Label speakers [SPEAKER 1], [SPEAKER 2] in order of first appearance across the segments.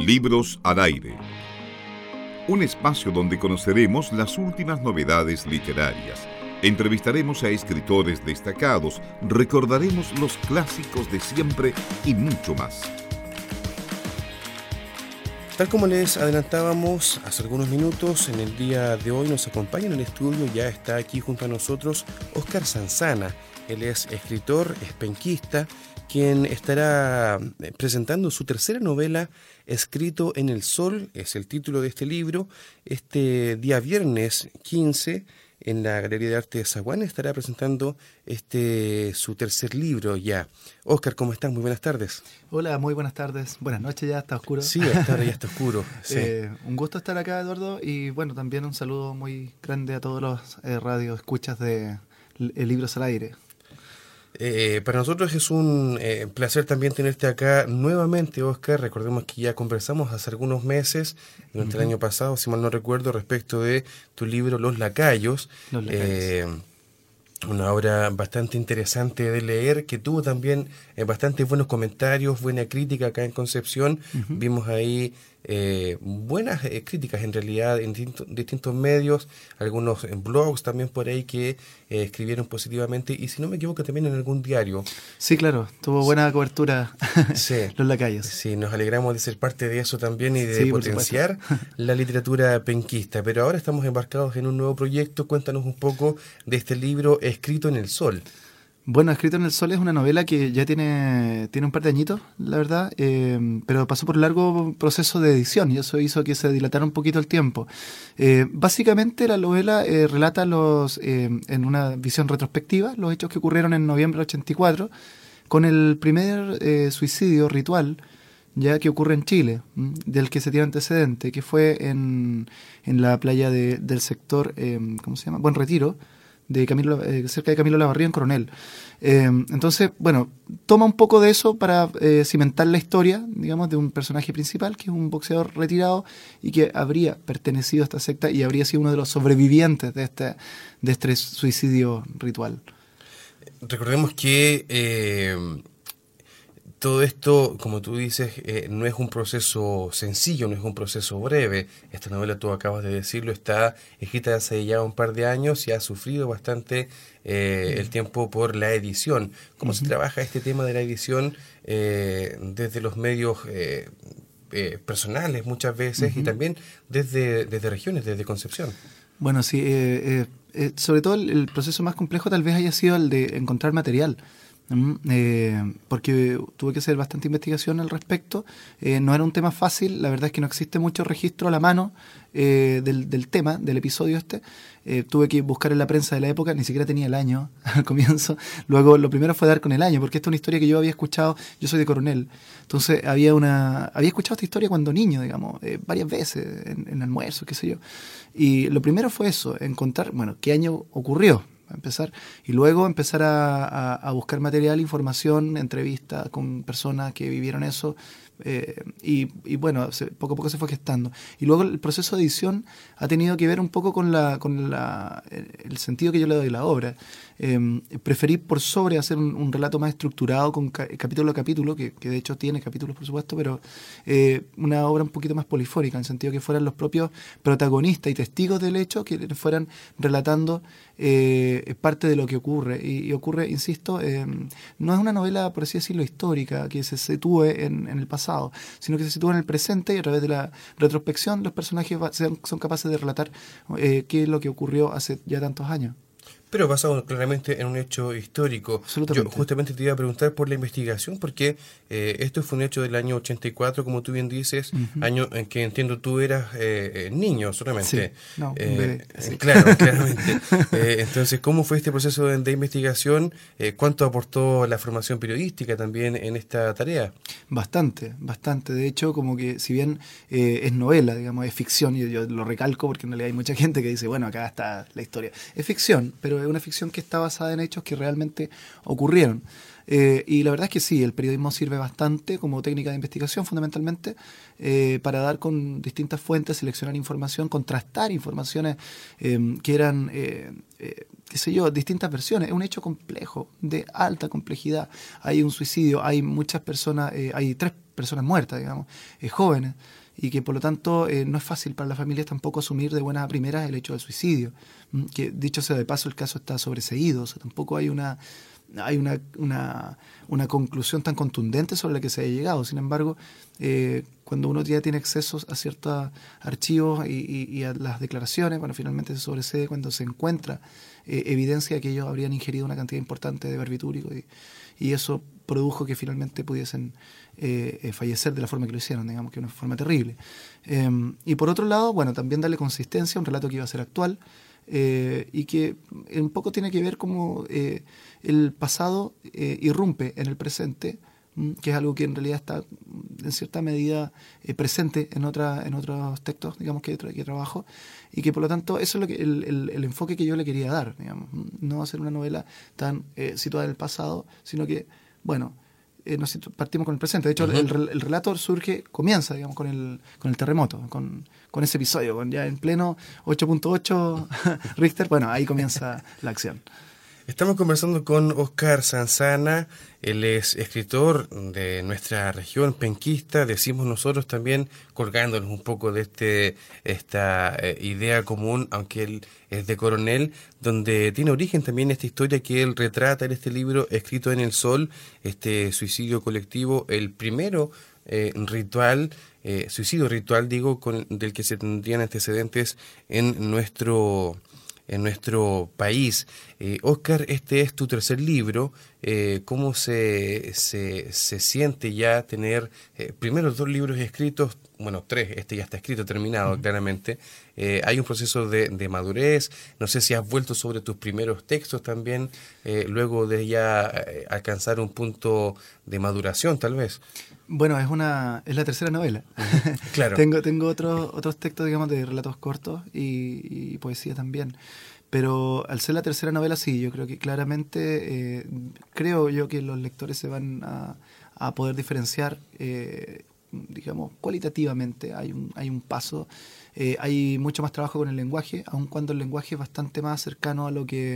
[SPEAKER 1] Libros al aire. Un espacio donde conoceremos las últimas novedades literarias. Entrevistaremos a escritores destacados, recordaremos los clásicos de siempre y mucho más.
[SPEAKER 2] Tal como les adelantábamos hace algunos minutos, en el día de hoy nos acompaña en el estudio, ya está aquí junto a nosotros Óscar Sanzana. Él es escritor, es penquista, quien estará presentando su tercera novela, Escrito en el Sol, es el título de este libro. Este día viernes 15, en la Galería de Arte de Zaguán, estará presentando su tercer libro ya. Óscar, ¿cómo estás? Muy buenas tardes.
[SPEAKER 3] Hola, muy buenas tardes. Buenas noches, ya está oscuro.
[SPEAKER 2] Sí, esta tarde ya está oscuro. Sí.
[SPEAKER 3] Un gusto estar acá, Eduardo, y bueno, también un saludo muy grande a todos los radioescuchas de Libros al Aire.
[SPEAKER 2] Para nosotros es un placer también tenerte acá nuevamente, Óscar. Recordemos que ya conversamos hace algunos meses, durante el año pasado, si mal no recuerdo, respecto de tu libro Los Lacayos.
[SPEAKER 3] Los Lacayos.
[SPEAKER 2] Una obra bastante interesante de leer, que tuvo también bastantes buenos comentarios, buena crítica acá en Concepción. Vimos ahí buenas críticas en realidad en distintos medios, algunos en blogs también por ahí que escribieron positivamente, y si no me equivoco también en algún diario.
[SPEAKER 3] Sí, claro, tuvo buena cobertura.
[SPEAKER 2] Sí.
[SPEAKER 3] Los Lacayos.
[SPEAKER 2] Sí, nos alegramos de ser parte de eso también y de potenciar la literatura penquista. Pero ahora estamos embarcados en un nuevo proyecto. Cuéntanos un poco de este libro, Escrito en el Sol.
[SPEAKER 3] Bueno, Escrito en el Sol es una novela que ya tiene un par de añitos, la verdad, pero pasó por un largo proceso de edición y eso hizo que se dilatara un poquito el tiempo. Básicamente la novela relata en una visión retrospectiva los hechos que ocurrieron en noviembre del 84 con el primer suicidio ritual ya que ocurre en Chile, del que se tiene antecedente, que fue en la playa del sector, ¿cómo se llama? Buen Retiro, de cerca de Camilo Lavarría en Coronel. Entonces, bueno, toma un poco de eso para cimentar la historia, digamos, de un personaje principal, que es un boxeador retirado y que habría pertenecido a esta secta y habría sido uno de los sobrevivientes de este suicidio ritual.
[SPEAKER 2] Recordemos que todo esto, como tú dices, no es un proceso sencillo, no es un proceso breve. Esta novela, tú acabas de decirlo, está escrita hace ya un par de años y ha sufrido bastante el tiempo por la edición. ¿Cómo se trabaja este tema de la edición desde los medios personales muchas veces y también desde regiones, desde Concepción?
[SPEAKER 3] Bueno, sí, sobre todo el proceso más complejo tal vez haya sido el de encontrar material. Porque tuve que hacer bastante investigación al respecto. No era un tema fácil, la verdad es que no existe mucho registro a la mano del tema, del episodio tuve que buscar en la prensa de la época, ni siquiera tenía el año al comienzo. Luego lo primero fue dar con el año, porque esta es una historia que yo había escuchado, yo soy de Coronel, entonces había escuchado esta historia cuando niño, digamos, varias veces en almuerzo, qué sé yo. Y lo primero fue eso, encontrar, bueno, qué año ocurrió, a empezar, y luego empezar a buscar material, información, entrevistas con personas que vivieron eso, y bueno, poco a poco se fue gestando. Y luego el proceso de edición ha tenido que ver un poco con el sentido que yo le doy a la obra. Preferí por sobre hacer un relato más estructurado con capítulo a capítulo, que de hecho tiene capítulos por supuesto, pero una obra un poquito más polifónica, en el sentido que fueran los propios protagonistas y testigos del hecho que fueran relatando parte de lo que ocurre. Y ocurre, insisto, no es una novela, por así decirlo, histórica, que se sitúe en el pasado, sino que se sitúa en el presente, y a través de la retrospección los personajes son capaces de relatar qué es lo que ocurrió hace ya tantos años.
[SPEAKER 2] Pero basado claramente en un hecho histórico.
[SPEAKER 3] Absolutamente.
[SPEAKER 2] Yo justamente te iba a preguntar por la investigación, porque esto fue un hecho del año 84, como tú bien dices, año en que entiendo tú eras niño solamente.
[SPEAKER 3] Sí, no, un bebé. Sí.
[SPEAKER 2] Claro, claramente. Entonces, ¿cómo fue este proceso de investigación? ¿Cuánto aportó la formación periodística también en esta tarea?
[SPEAKER 3] Bastante. De hecho, como que si bien es novela, digamos, es ficción, y yo lo recalco porque en realidad hay mucha gente que dice, bueno, acá está la historia. Es ficción, pero es una ficción que está basada en hechos que realmente ocurrieron. Y la verdad es que sí, el periodismo sirve bastante como técnica de investigación fundamentalmente, para dar con distintas fuentes, seleccionar información, contrastar informaciones que eran, qué sé yo, distintas versiones. Es un hecho complejo, de alta complejidad. Hay un suicidio, hay muchas personas, hay tres personas muertas, digamos, jóvenes, y que por lo tanto no es fácil para las familias tampoco asumir de buenas a primeras el hecho del suicidio, que dicho sea de paso el caso está sobreseído, o sea, tampoco hay una conclusión tan contundente sobre la que se haya llegado. Sin embargo, cuando uno ya tiene acceso a ciertos archivos y a las declaraciones, bueno, finalmente se sobresee cuando se encuentra evidencia de que ellos habrían ingerido una cantidad importante de barbitúrico y eso produjo que finalmente pudiesen fallecer de la forma que lo hicieron, digamos que de una forma terrible. Y por otro lado, bueno, también darle consistencia a un relato que iba a ser actual, y que un poco tiene que ver como el pasado irrumpe en el presente, que es algo que en realidad está en cierta medida presente en otros textos, digamos, que trabajo, y que por lo tanto eso es lo que el enfoque que yo le quería dar, digamos, no hacer una novela tan situada en el pasado, sino que, bueno, partimos con el presente. De hecho, el relato comienza, digamos, con el terremoto, con ese episodio, ya en pleno 8.8 Richter. Bueno, ahí comienza la acción.
[SPEAKER 2] Estamos conversando con Óscar Sanzana. Él es escritor de nuestra región penquista, decimos nosotros también, colgándonos un poco de esta idea común, aunque él es de Coronel, donde tiene origen también esta historia que él retrata en este libro Escrito en el Sol, este suicidio colectivo, el primero suicidio ritual, digo, del que se tendrían antecedentes en nuestro país. Óscar, este es tu tercer libro. ¿Cómo se siente ya tener primero 2 libros escritos? Bueno, 3, este ya está escrito, terminado, claramente. Hay un proceso de madurez. No sé si has vuelto sobre tus primeros textos también, luego de ya alcanzar un punto de maduración, tal vez.
[SPEAKER 3] Bueno, es la tercera novela.
[SPEAKER 2] Claro.
[SPEAKER 3] Tengo otros textos, digamos, de relatos cortos y poesía también. Pero al ser la tercera novela, sí, yo creo que claramente, creo yo que los lectores se van a poder diferenciar, digamos, cualitativamente. Hay un paso, hay mucho más trabajo con el lenguaje, aun cuando el lenguaje es bastante más cercano a lo que...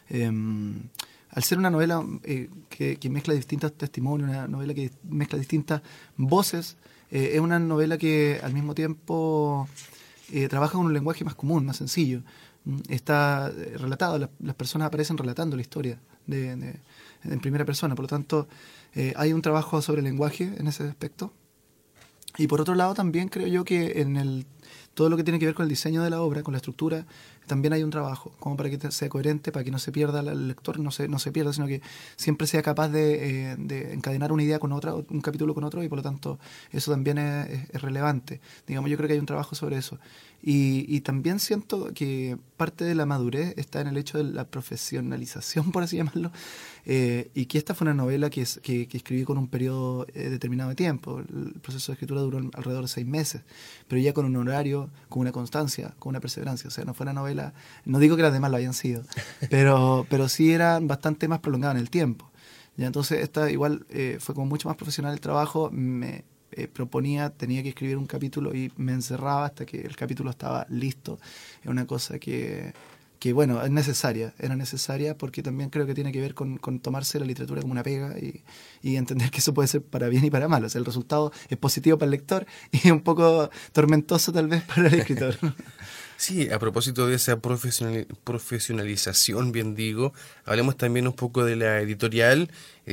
[SPEAKER 3] al ser una novela que mezcla distintos testimonios, una novela que mezcla distintas voces, es una novela que al mismo tiempo trabaja con un lenguaje más común, más sencillo. Está relatado, las personas aparecen relatando la historia en primera persona, por lo tanto hay un trabajo sobre el lenguaje en ese aspecto. Y por otro lado también creo yo que todo lo que tiene que ver con el diseño de la obra, con la estructura, también hay un trabajo, como para que sea coherente, para que no se pierda el lector, no se pierda, sino que siempre sea capaz de encadenar una idea con otra, un capítulo con otro, y por lo tanto eso también es relevante. Digamos, yo creo que hay un trabajo sobre eso. Y también siento que parte de la madurez está en el hecho de la profesionalización, por así llamarlo, y que esta fue una novela que escribí con un periodo determinado de tiempo. El proceso de escritura duró alrededor de 6 meses, pero ya con un horario, con una constancia, con una perseverancia. O sea, no fue una novela, no digo que las demás lo hayan sido, pero sí era bastante más prolongada en el tiempo. Ya, entonces esta igual fue como mucho más profesional el trabajo. Me tenía que escribir un capítulo y me encerraba hasta que el capítulo estaba listo. Es una cosa que bueno, era necesaria porque también creo que tiene que ver con tomarse la literatura como una pega y entender que eso puede ser para bien y para mal. O sea, el resultado es positivo para el lector y un poco tormentoso tal vez para el escritor.
[SPEAKER 2] Sí, a propósito de esa profesionalización, bien digo, hablemos también un poco de la editorial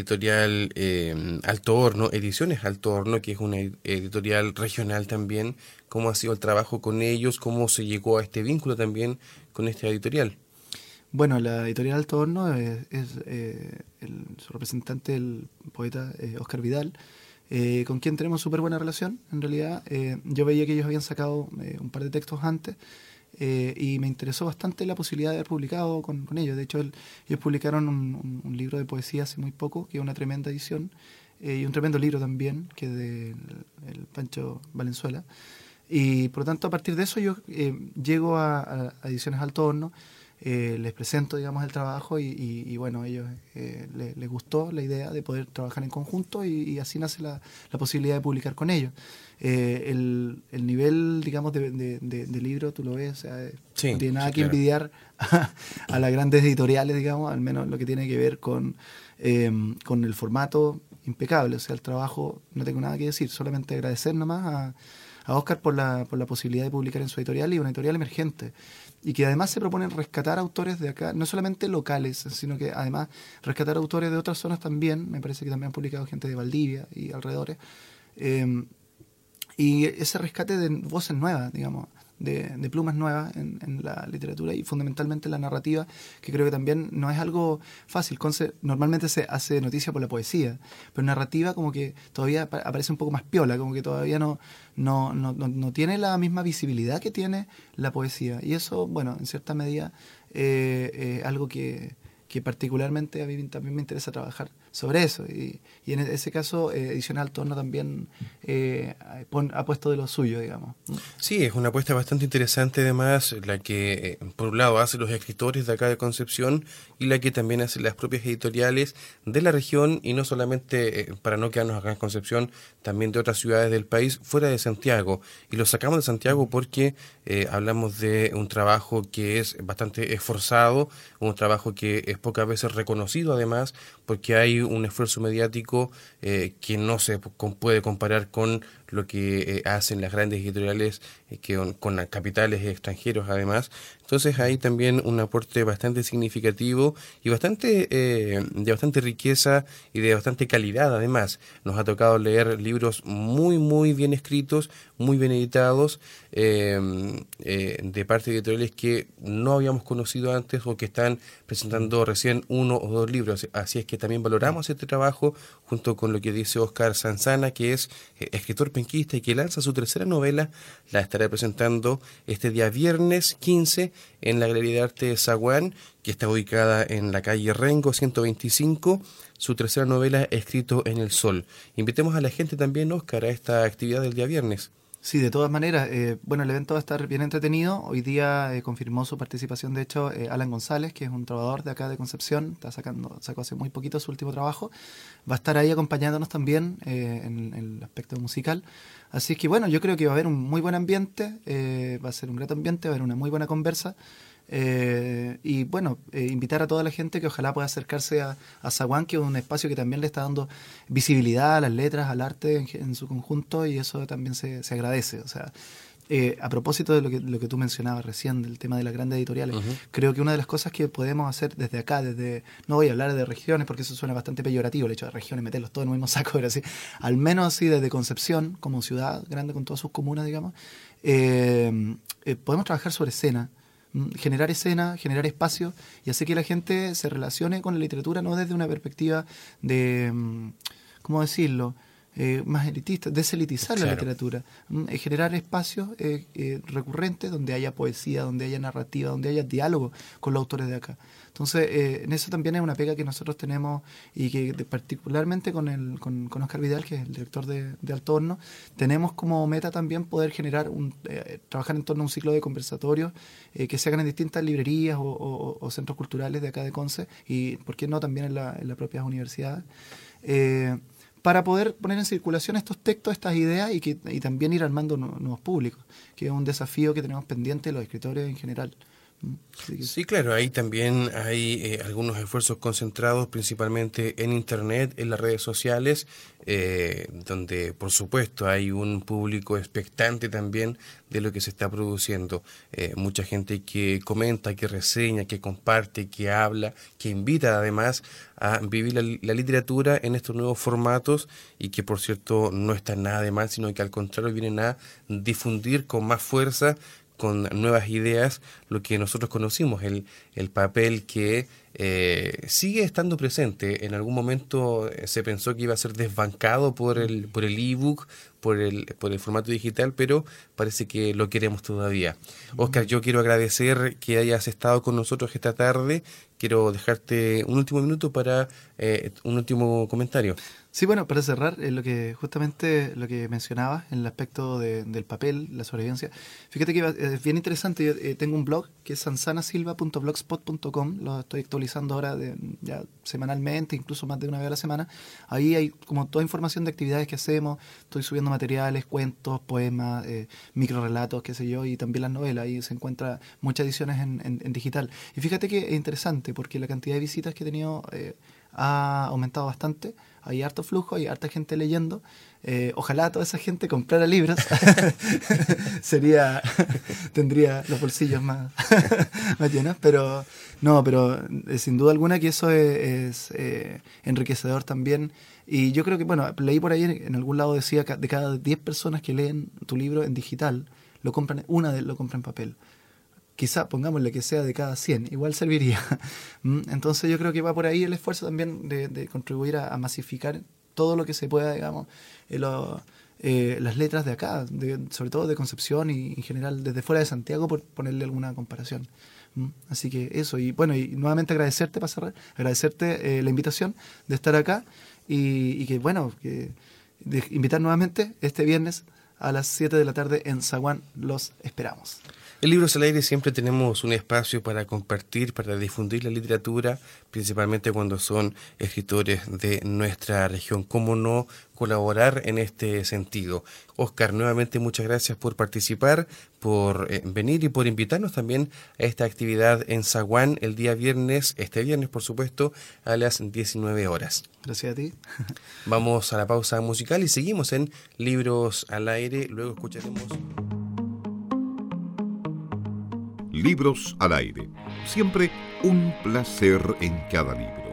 [SPEAKER 2] Alto Horno, Ediciones Alto Horno, que es una editorial regional también. ¿Cómo ha sido el trabajo con ellos? ¿Cómo se llegó a este vínculo también con esta editorial?
[SPEAKER 3] Bueno, la editorial Alto Horno es su representante, el poeta Óscar Vidal, con quien tenemos súper buena relación. En realidad, yo veía que ellos habían sacado un par de textos antes, y me interesó bastante la posibilidad de haber publicado con ellos. De hecho, ellos publicaron un libro de poesía hace muy poco, que es una tremenda edición, y un tremendo libro también, que es de el Pancho Valenzuela. Y por lo tanto, a partir de eso yo llego a Ediciones Alto Horno, les presento, digamos, el trabajo y bueno, a ellos les gustó la idea de poder trabajar en conjunto y así nace la posibilidad de publicar con ellos. El nivel, digamos, de libro, tú lo ves, o sea,
[SPEAKER 2] sí,
[SPEAKER 3] no tiene nada
[SPEAKER 2] sí,
[SPEAKER 3] que
[SPEAKER 2] claro.
[SPEAKER 3] envidiar a las grandes editoriales, digamos, al menos lo que tiene que ver con el formato impecable. O sea, el trabajo, no tengo nada que decir, solamente agradecer nomás a Óscar por la posibilidad de publicar en su editorial, y una editorial emergente, y que además se proponen rescatar autores de acá, no solamente locales, sino que además rescatar autores de otras zonas también. Me parece que también han publicado gente de Valdivia y alrededores, y ese rescate de voces nuevas, digamos, de plumas nuevas en la literatura, y fundamentalmente en la narrativa, que creo que también no es algo fácil. Normalmente se hace noticia por la poesía, pero narrativa como que todavía aparece un poco más piola, como que todavía no tiene la misma visibilidad que tiene la poesía, y eso, bueno, en cierta medida algo que particularmente a mí también me interesa trabajar sobre eso, y en ese caso Ediciones Torno también ha puesto de lo suyo, digamos.
[SPEAKER 2] Sí, es una apuesta bastante interesante, además, la que por un lado hacen los escritores de acá de Concepción, y la que también hacen las propias editoriales de la región, y no solamente para no quedarnos acá en Concepción, también de otras ciudades del país fuera de Santiago. Y lo sacamos de Santiago porque hablamos de un trabajo que es bastante esforzado, un trabajo que es pocas veces reconocido, además, porque hay un esfuerzo mediático que no se puede comparar con lo que hacen las grandes editoriales con capitales extranjeros, además. Entonces hay también un aporte bastante significativo y de bastante riqueza y de bastante calidad, además. Nos ha tocado leer libros muy, muy bien escritos, muy bien editados, de parte de editoriales que no habíamos conocido antes o que están presentando recién 1 o 2 libros. Así es que también valoramos este trabajo junto con lo que dice Óscar Sanzana, que es escritor penquista y que lanza su tercera novela. La estará presentando este día viernes 15 en la Galería de Arte de Zaguán, que está ubicada en la calle Rengo 125. Su tercera novela, Escrito en el Sol. Invitemos a la gente también, Óscar, a esta actividad del día viernes.
[SPEAKER 3] Sí, de todas maneras, bueno, el evento va a estar bien entretenido. Hoy día confirmó su participación, de hecho, Alan González, que es un trovador de acá de Concepción, sacó hace muy poquito su último trabajo. Va a estar ahí acompañándonos también en el aspecto musical. Así que bueno, yo creo que va a haber un muy buen ambiente, va a ser un grato ambiente, va a haber una muy buena conversa. Y bueno, invitar a toda la gente que ojalá pueda acercarse a Zaguán, que es un espacio que también le está dando visibilidad a las letras, al arte en su conjunto, y eso también se agradece. O sea, a propósito de lo que tú mencionabas recién, del tema de las grandes editoriales, creo que una de las cosas que podemos hacer desde acá, no voy a hablar de regiones porque eso suena bastante peyorativo, el hecho de regiones, meterlos todos en el mismo saco, pero así, al menos así desde Concepción, como ciudad grande con todas sus comunas, digamos, podemos trabajar sobre escena, generar espacio, y hacer que la gente se relacione con la literatura no desde una perspectiva de, ¿cómo decirlo?, más elitista, deselitizar la literatura, generar espacios recurrentes donde haya poesía, donde haya narrativa, donde haya diálogo con los autores de acá. Entonces, en eso también es una pega que nosotros tenemos, y que particularmente con Óscar Vidal, que es el director de Alto Horno, tenemos como meta también poder generar trabajar en torno a un ciclo de conversatorios que se hagan en distintas librerías o centros culturales de acá de Conce, y por qué no también en las propias universidades, para poder poner en circulación estos textos, estas ideas, y también ir armando nuevos públicos, que es un desafío que tenemos pendiente los escritores en general.
[SPEAKER 2] Sí, claro, ahí también hay algunos esfuerzos concentrados principalmente en Internet, en las redes sociales, donde por supuesto hay un público expectante también de lo que se está produciendo. Mucha gente que comenta, que reseña, que comparte, que habla, que invita además a vivir la literatura en estos nuevos formatos, y que por cierto no está nada de mal, sino que al contrario vienen a difundir con más fuerza, con nuevas ideas, lo que nosotros conocimos, el papel que sigue estando presente. En algún momento se pensó que iba a ser desbancado por el ebook, por el formato digital, pero parece que lo queremos todavía. Óscar, yo quiero agradecer que hayas estado con nosotros esta tarde. Quiero dejarte un último minuto para un último comentario.
[SPEAKER 3] Sí, bueno, para cerrar, justamente lo que mencionabas en el aspecto del papel, la sobrevivencia, fíjate que es bien interesante. Yo tengo un blog que es sanzanasilva.blogspot.com, lo estoy actualizando ahora ya semanalmente, incluso más de una vez a la semana. Ahí hay como toda información de actividades que hacemos, estoy subiendo materiales, cuentos, poemas, microrelatos, qué sé yo, y también las novelas. Ahí se encuentra muchas ediciones en digital. Y fíjate que es interesante porque la cantidad de visitas que he tenido ha aumentado bastante. Hay harto flujo, hay harta gente leyendo. Ojalá toda esa gente comprara libros. Tendría los bolsillos más llenos, pero no, pero sin duda alguna que eso es enriquecedor también. Y yo creo que, bueno, leí por ahí en algún lado decía que de cada 10 personas que leen tu libro en digital, lo compran en papel. Quizá pongámosle que sea de cada 100, igual serviría. Entonces yo creo que va por ahí el esfuerzo también de contribuir a masificar todo lo que se pueda, digamos, las letras de acá, sobre todo de Concepción y en general desde fuera de Santiago, por ponerle alguna comparación. Así que eso, y bueno, y nuevamente agradecerte, para cerrar, agradecerte la invitación de estar acá y que, bueno, de invitar nuevamente este viernes a las 7 de la tarde en Zaguán. Los esperamos.
[SPEAKER 2] En Libros al Aire siempre tenemos un espacio para compartir, para difundir la literatura, principalmente cuando son escritores de nuestra región. ¿Cómo no colaborar en este sentido? Óscar, nuevamente muchas gracias por participar, por venir y por invitarnos también a esta actividad en Zaguán el día viernes, este viernes por supuesto, a las 19 horas.
[SPEAKER 3] Gracias a ti.
[SPEAKER 2] Vamos a la pausa musical y seguimos en Libros al Aire, luego escucharemos...
[SPEAKER 1] Libros al Aire. Siempre un placer en cada libro.